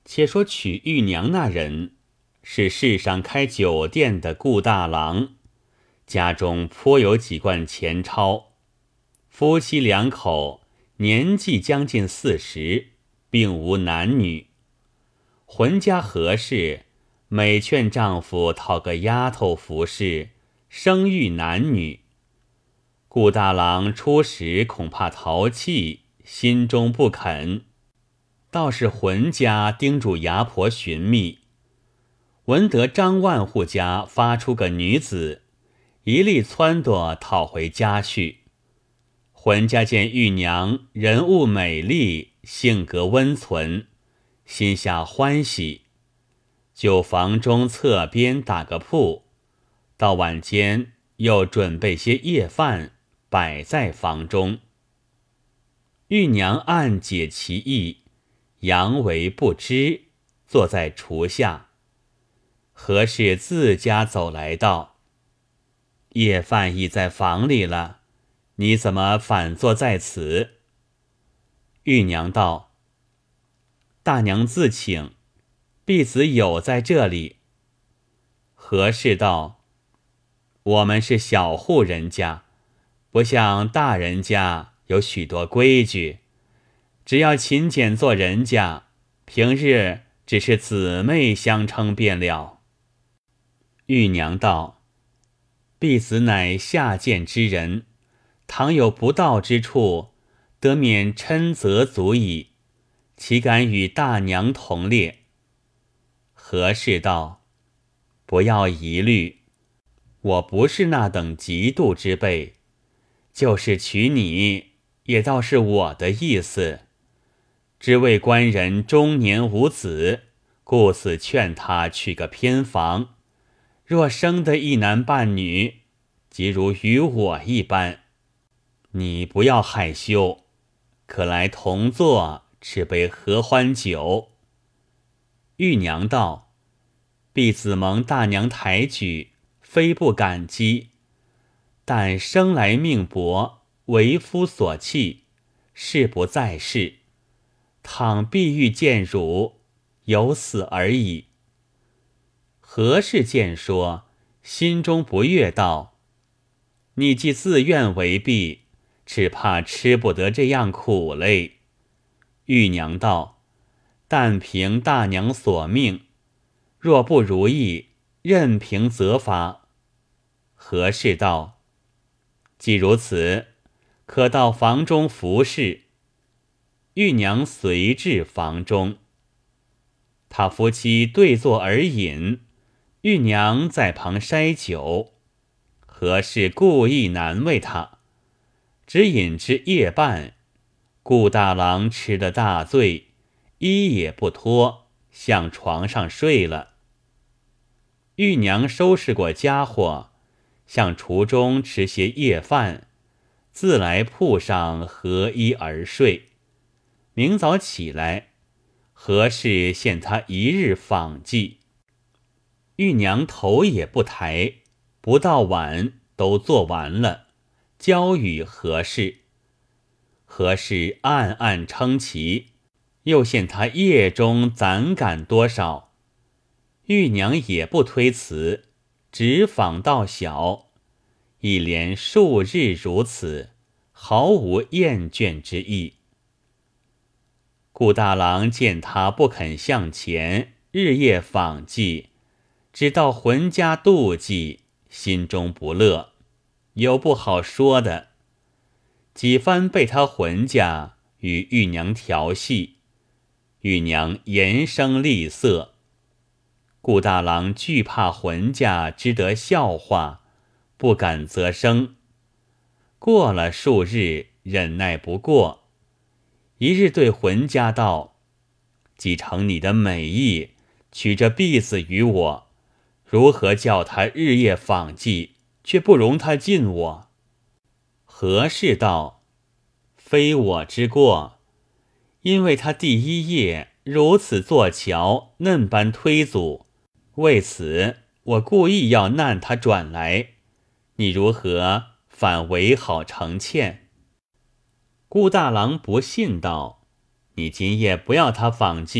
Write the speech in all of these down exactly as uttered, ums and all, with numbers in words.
且说娶玉娘那人是世上开酒店的顾大郎，家中颇有几贯钱钞，夫妻两口年纪将近四十，并无男女。浑家何氏每劝丈夫讨个丫头服侍，生育男女。顾大郎初时恐怕淘气，心中不肯，倒是浑家叮嘱牙婆寻觅。闻得张万户家发出个女子，一力撺掇讨回家去。浑家见玉娘人物美丽，性格温存，心下欢喜，就房中侧边打个铺，到晚间又准备些夜饭摆在房中。玉娘暗解其意，佯为不知，坐在厨下。何氏自家走来道：夜饭已在房里了，你怎么反坐在此？玉娘道：大娘自请，婢子有在这里。何氏道：我们是小户人家，不像大人家有许多规矩，只要勤俭做人家，平日只是姊妹相称便了。玉娘道：婢子乃下贱之人，倘有不道之处，得免嗔责足矣，岂敢与大娘同列？何氏道：不要疑虑，我不是那等嫉妒之辈，就是娶你，也倒是我的意思。只为官人中年无子，故此劝他娶个偏房，若生得一男半女，即如与我一般。你不要害羞，可来同坐吃杯合欢酒。玉娘道：婢子蒙大娘抬举，非不感激，但生来命薄，为夫所弃，事不在世，倘必欲见汝，有死而已。何氏见说，心中不悦道：你既自愿为婢，只怕吃不得这样苦嘞。玉娘道：但凭大娘所命，若不如意，任凭责罚。何氏道：既如此，可到房中服侍。玉娘随至房中，他夫妻对坐而饮，玉娘在旁筛酒。何氏故意难为他，只饮至夜半，顾大郎吃得大醉，衣也不脱，向床上睡了。玉娘收拾过家伙，向厨中吃些夜饭，自来铺上合衣而睡。明早起来，何氏限他一日访祭。玉娘头也不抬，不到晚都做完了，交与何氏。何氏暗暗称奇，又限他夜中攒赶多少。玉娘也不推辞，只访到晓，一连数日如此，毫无厌倦之意。顾大郎见他不肯向前，日夜访祭，只道浑家妒忌，心中不乐，有不好说的。几番被他浑家与玉娘调戏，玉娘言声厉色。顾大郎惧怕浑家知得笑话，不敢责声。过了数日，忍耐不过，一日对浑家道：既承你的美意，娶着婢子于我，如何叫他日夜访祭，却不容他近我？何氏道：非我之过，因为他第一夜如此做巧，嫩般推阻，为此我故意要难他转来，你如何反为好成歉？顾大郎不信道：你今夜不要他访祭，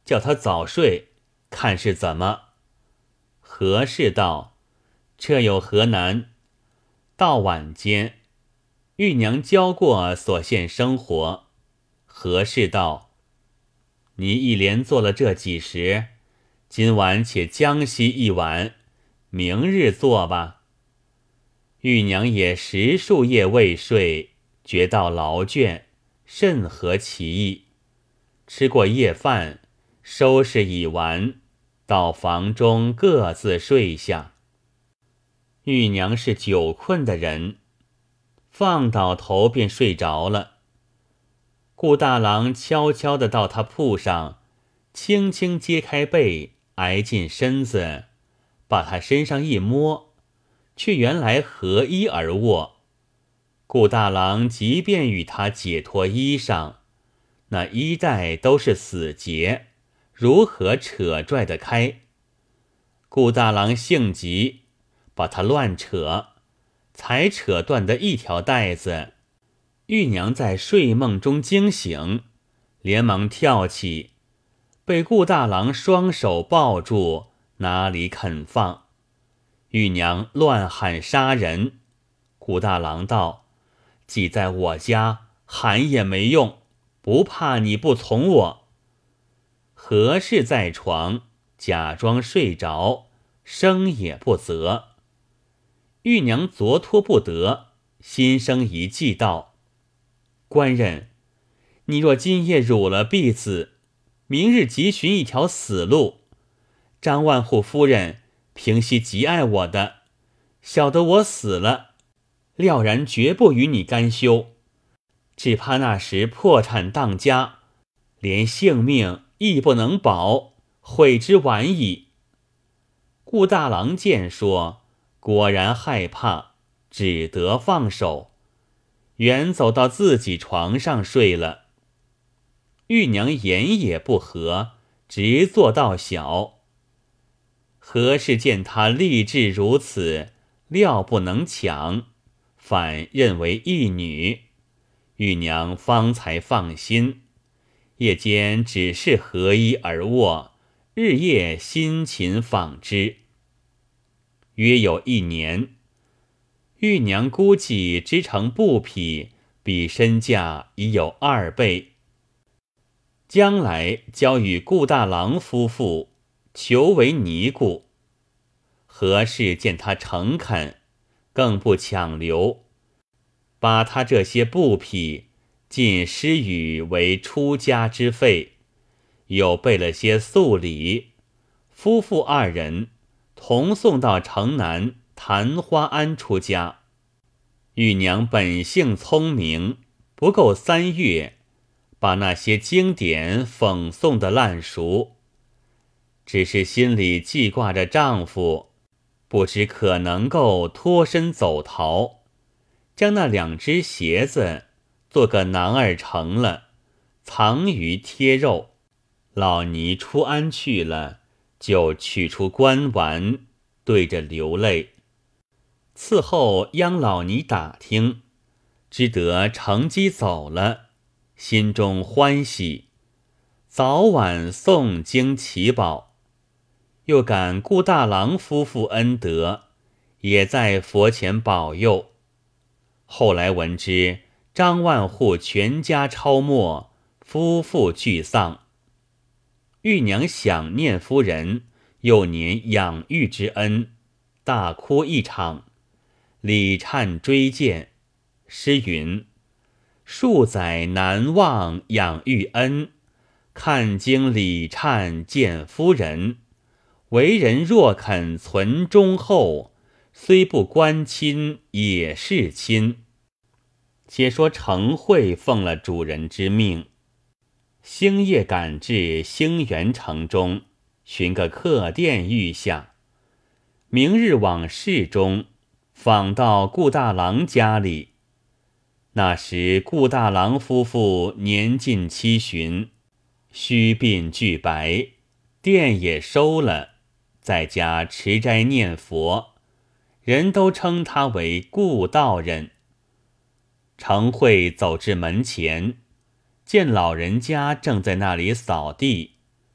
叫他早睡，看是怎么？”何氏道：“这有何难？”到晚间，玉娘教过所现生活。何氏道：“你一连做了这几时，今晚且将息一晚，明日做吧。”玉娘也十数夜未睡，觉到劳倦，甚合其意。吃过夜饭，收拾已完，到房中各自睡下。玉娘是久困的人，放倒头便睡着了。顾大郎悄悄地到他铺上，轻轻揭开被，挨近身子，把他身上一摸，却原来合衣而卧。顾大郎即便与他解脱衣裳，那衣带都是死结，如何扯拽得开？顾大郎性急，把他乱扯，才扯断的一条带子。玉娘在睡梦中惊醒，连忙跳起，被顾大郎双手抱住，哪里肯放？玉娘乱喊杀人。顾大郎道：“既在我家，喊也没用，不怕你不从我。”何氏在床假装睡着，声也不啧。玉娘昨脱不得，心生一计道：“官人，你若今夜辱了婢子，明日即寻一条死路。张万户夫人平息极爱我的，晓得我死了，料然绝不与你甘休，只怕那时破产当家，连性命亦不能保，悔之晚矣。”顾大郎见说，果然害怕，只得放手，远走到自己床上睡了。玉娘言也不合，直坐到晓。何氏见他立志如此，料不能抢，反认为义女。玉娘方才放心，夜间只是合衣而卧，日夜辛勤纺织。约有一年，玉娘估计织成布匹，比身价已有二倍。将来交与顾大郎夫妇，求为尼姑。何氏见他诚恳，更不强留，把他这些布匹尽施予为出家之费，又备了些素礼，夫妇二人同送到城南昙花庵出家。玉娘本性聪明，不够三月，把那些经典讽诵得烂熟，只是心里记挂着丈夫，不知可能够脱身走逃，将那两只鞋子做个囊儿成了，藏于贴肉。老尼出庵去了，就取出官丸，对着流泪。伺候央老尼打听，知得乘机走了，心中欢喜，早晚诵经祈宝。又感顾大郎夫妇恩德，也在佛前保佑。后来闻知张万户全家超没，夫妇俱丧。玉娘想念夫人幼年养育之恩，大哭一场，礼忏追荐。诗云：“数载难忘养育恩，看经礼忏见夫人。为人若肯存忠厚，虽不关亲也是亲。”且说程慧奉了主人之命，星夜赶至兴元城中，寻个客店寓下。明日往市中访到顾大郎家里。那时顾大郎夫妇年近七旬，须鬓俱白，店也收了，在家持斋念佛，人都称他为顾道人。程慧走至门前，见老人家正在那里扫地，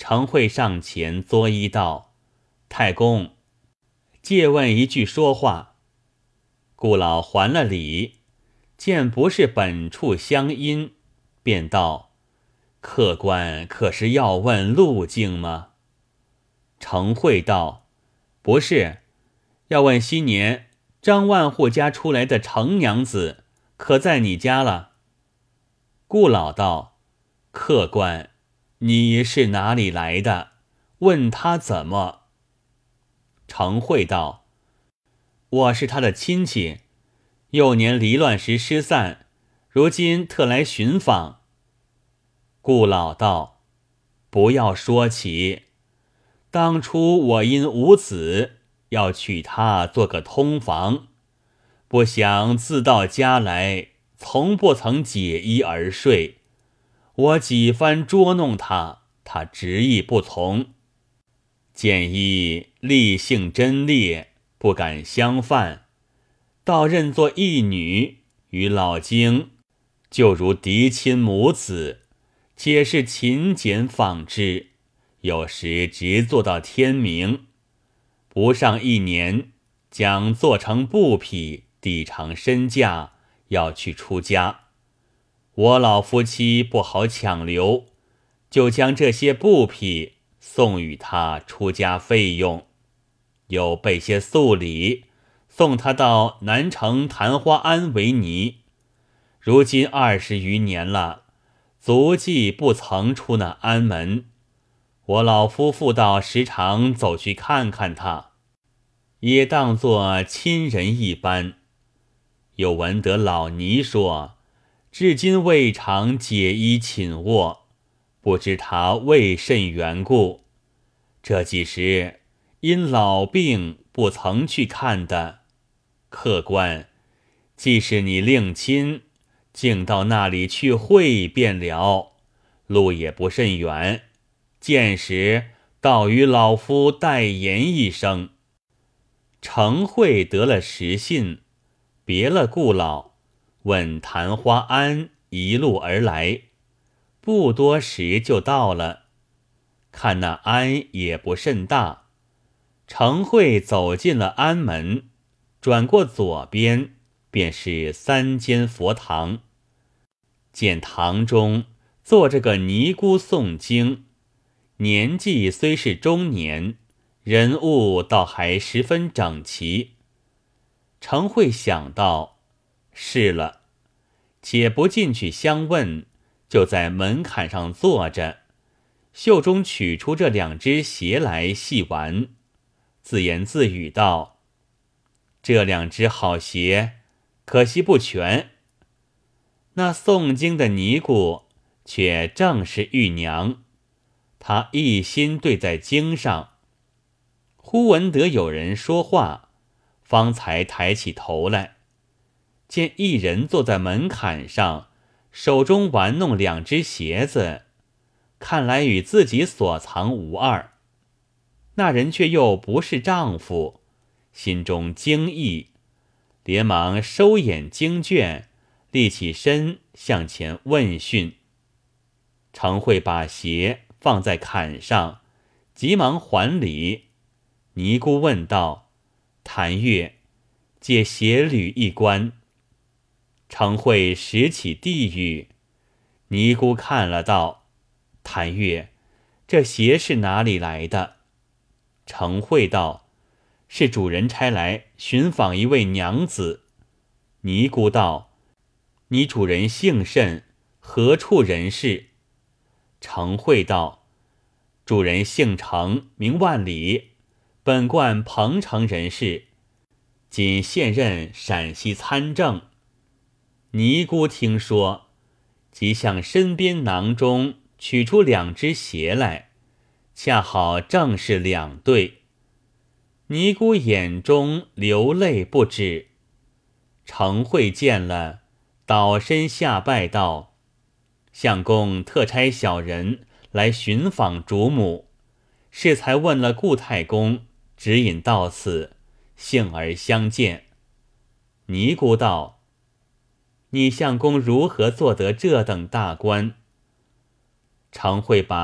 程慧上前作揖道：“太公，借问一句说话。”顾老还了礼，见不是本处乡音，便道：“客官可是要问路径吗？”程慧道：“不是，要问昔年张万户家出来的程娘子，可在你家了？”顾老道：“客官，你是哪里来的？问他怎么？”程慧道：“我是他的亲戚，幼年离乱时失散，如今特来寻访。”顾老道：“不要说起，当初我因无子，要娶她做个通房，不想自到家来，从不曾解衣而睡。我几番捉弄他，他执意不从。见一戾性真烈，不敢相犯，倒认作义女，与老经就如嫡亲母子，皆是勤俭纺织，有时直做到天明。不上一年，将做成布匹，抵偿身价，要去出家。我老夫妻不好强留，就将这些布匹送与他出家费用，又备些素礼，送他到南城昙花庵为尼。如今二十余年了，足迹不曾出那庵门。我老夫妇倒时常走去看看他，也当作亲人一般。又闻得老尼说，至今未尝解衣寝卧，不知他为甚缘故。这几时因老病不曾去看的。客官，既是你令亲，竟到那里去会便了，路也不甚远，见时倒与老夫代言一声。程慧得了实信，别了顾老，问昙花庵一路而来，不多时就到了。看那庵也不甚大，程慧走进了庵门，转过左边，便是三间佛堂。见堂中坐着个尼姑诵经，年纪虽是中年，人物倒还十分整齐。程慧想到，是了，且不进去相问，就在门槛上坐着，袖中取出这两只鞋来细玩，自言自语道：“这两只好鞋，可惜不全。”那诵经的尼姑却正是玉娘，她一心对在经上。忽闻得有人说话，方才抬起头来，见一人坐在门槛上，手中玩弄两只鞋子，看来与自己所藏无二。那人却又不是丈夫，心中惊异，连忙收眼经卷，立起身向前问讯。程慧把鞋放在坎上，急忙还礼。尼姑问道：“谭月，借鞋履一观。”程慧拾起地语，尼姑看了道：“谭月，这鞋是哪里来的？”程慧道：“是主人差来寻访一位娘子。”尼姑道：“你主人姓甚？何处人士？”程慧道：“主人姓程，名万里，本贯彭城人士，仅现任陕西参政。”尼姑听说，即向身边囊中取出两只鞋来，恰好正是两对。尼姑眼中流泪不止。程慧见了，倒身下拜道：“相公特差小人来寻访主母，是才问了顾太公，指引到此，幸而相见。”尼姑道：“你相公如何做得这等大官？”程慧把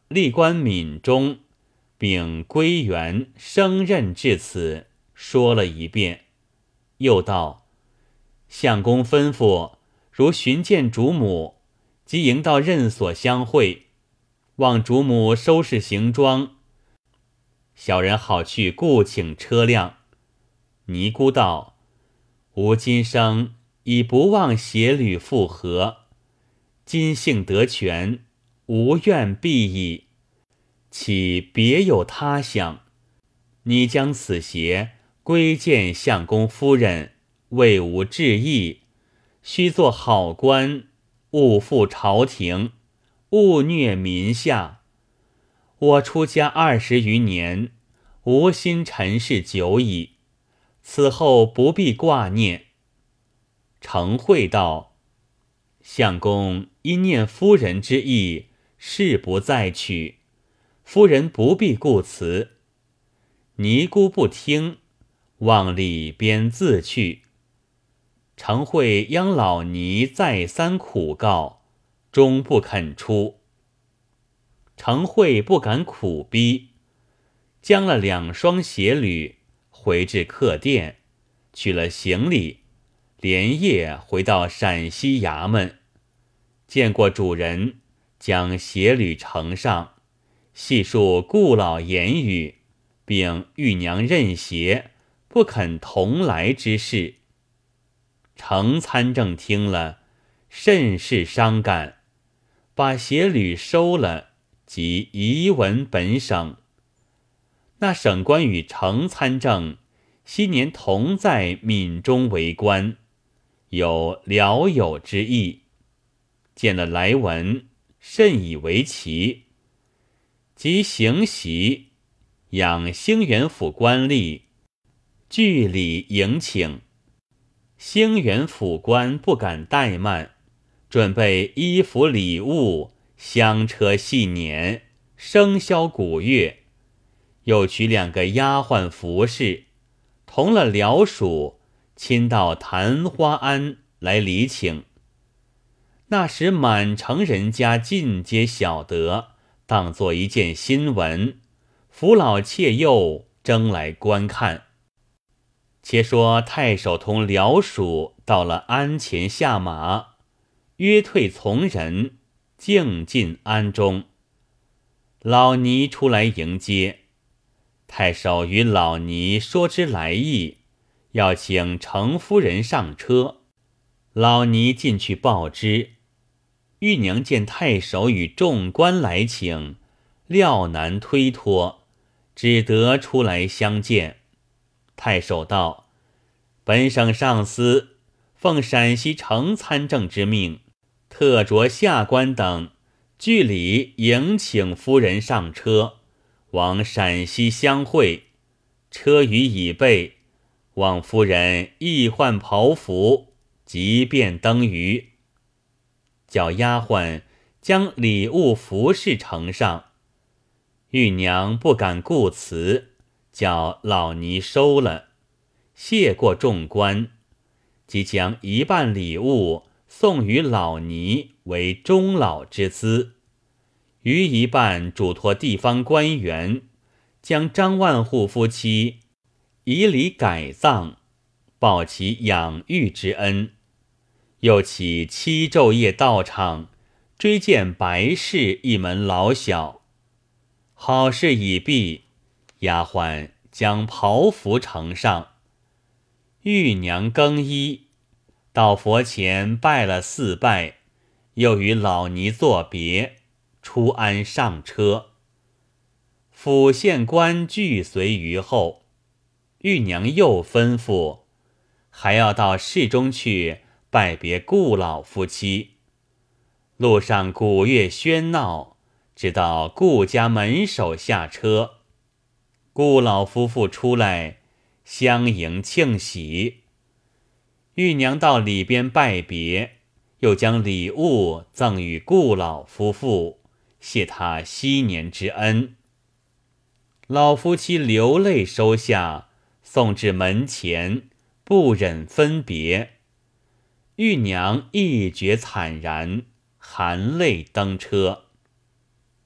历官闽中，并归元升任至此，说了一遍。又道：相公吩咐，如寻见主母，即迎到任所相会，望主母收拾行装，小人好去雇请车辆。尼姑道：吾今生已不忘携旅复合，今幸得全，无怨必矣。岂别有他想？你将此鞋归见相公夫人，为吾致意，须做好官，勿负朝廷，勿虐民下。我出家二十余年，无心尘世久矣，此后不必挂念。程慧道：相公因念夫人之意，誓不再娶，夫人不必顾辞。尼姑不听，往里边自去。程慧央老尼再三苦告，终不肯出。程慧不敢苦逼，将了两双鞋履，回至客店，取了行李，连夜回到陕西衙门，见过主人，将鞋履呈上，细述顾老言语，并玉娘认鞋不肯同来之事。程参政听了，甚是伤感，把鞋履收了，即移文本省。那省官与程参政昔年同在闽中为官，有聊友之意，见了来文，甚以为奇。即行席，仰兴元府官吏，据礼迎请。兴元府官不敢怠慢，准备衣服礼物，香车细辇，笙箫鼓乐，又取两个丫鬟服侍，同了僚属，亲到昙花庵来礼请。那时满城人家尽皆晓得，当作一件新闻，父老妾幼争来观看。且说太守同僚属到了庵前下马，约退从人，径进庵中。老尼出来迎接，太守与老尼说之来意，要请程夫人上车。老尼进去报之。玉娘见太守与众官来请，料难推脱，只得出来相见。太守道：本省上司奉陕西程参政之命，特着下官等据礼迎请夫人上车，往陕西相会。车舆已备，望夫人易换袍服，即便登舆。叫丫鬟将礼物服饰呈上。玉娘不敢顾辞，叫老尼收了，谢过众官，即将一半礼物送与老尼为终老之资，余一半嘱托地方官员，将张万户夫妻以礼改葬，报其养育之恩。又起七昼夜道场，追荐白氏一门老小。好事已毕，丫鬟将袍服呈上。玉娘更衣，到佛前拜了四拜，又与老尼作别，出庵上车。府县官俱随于后。玉娘又吩咐，还要到市中去拜别顾老夫妻。路上鼓乐喧闹，直到顾家门首下车。顾老夫妇出来相迎庆喜。玉娘到里边拜别，又将礼物赠与顾老夫妇，谢他昔年之恩。老夫妻流泪收下，送至门前，不忍分别。玉娘一觉惨然，含泪登车。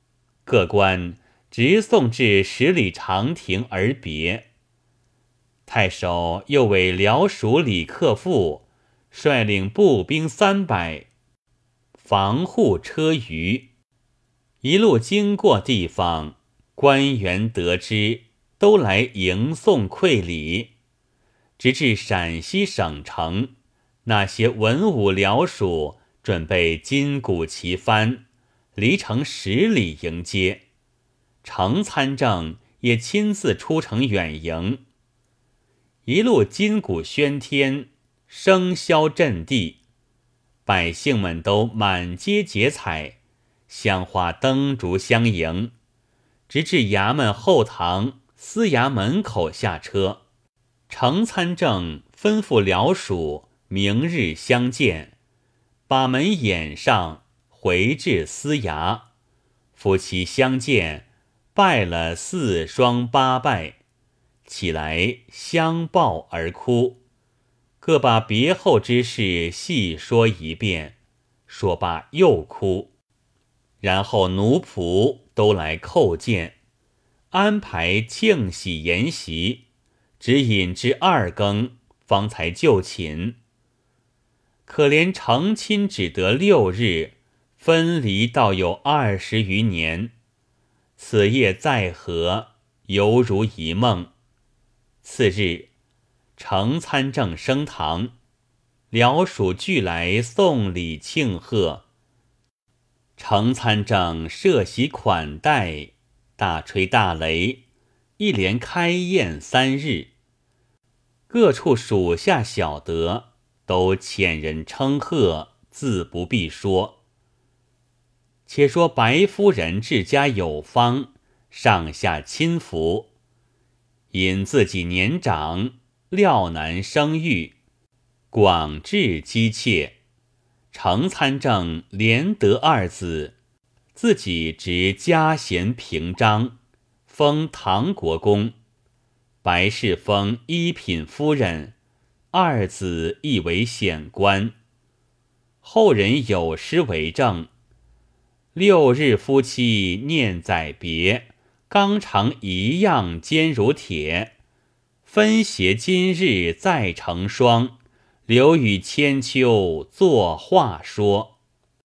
各官直送至十里长亭而别。太守又为辽属李克复率领步兵三百，防护车舆。一路经过地方，官员得知，都来迎送馈礼。直至陕西省城，那些文武僚属准备金鼓齐幡，离城十里迎接。程参政也亲自出城远迎。一路金鼓喧天，笙箫震地，百姓们都满街结彩，香花灯烛相迎，直至衙门后堂司衙门口下车。程参政吩咐僚属明日相见，把门掩上，回至司衙。夫妻相见，拜了四双八拜，起来相抱而哭，各把别后之事细说一遍，说罢又哭。然后奴仆都来叩见，安排庆喜筵席，只饮至二更，方才就寝。可怜成亲只得六日，分离倒有二十余年。此夜再合，犹如一梦。次日，程参政升堂，僚属俱来送礼庆贺。程参政设席款待，大吹大擂，一连开宴三日。各处属下晓得，都遣人称贺，自不必说。且说白夫人治家有方，上下亲服，因自己年长，料难生育，广志姬妾。程参政连得二子，自己执嘉衔平章，封唐国公。白氏封一品夫人，二子亦为显官。后人有诗为证：六日夫妻念载别，纲常一样坚如铁。分携今日再成双，留与千秋作话说。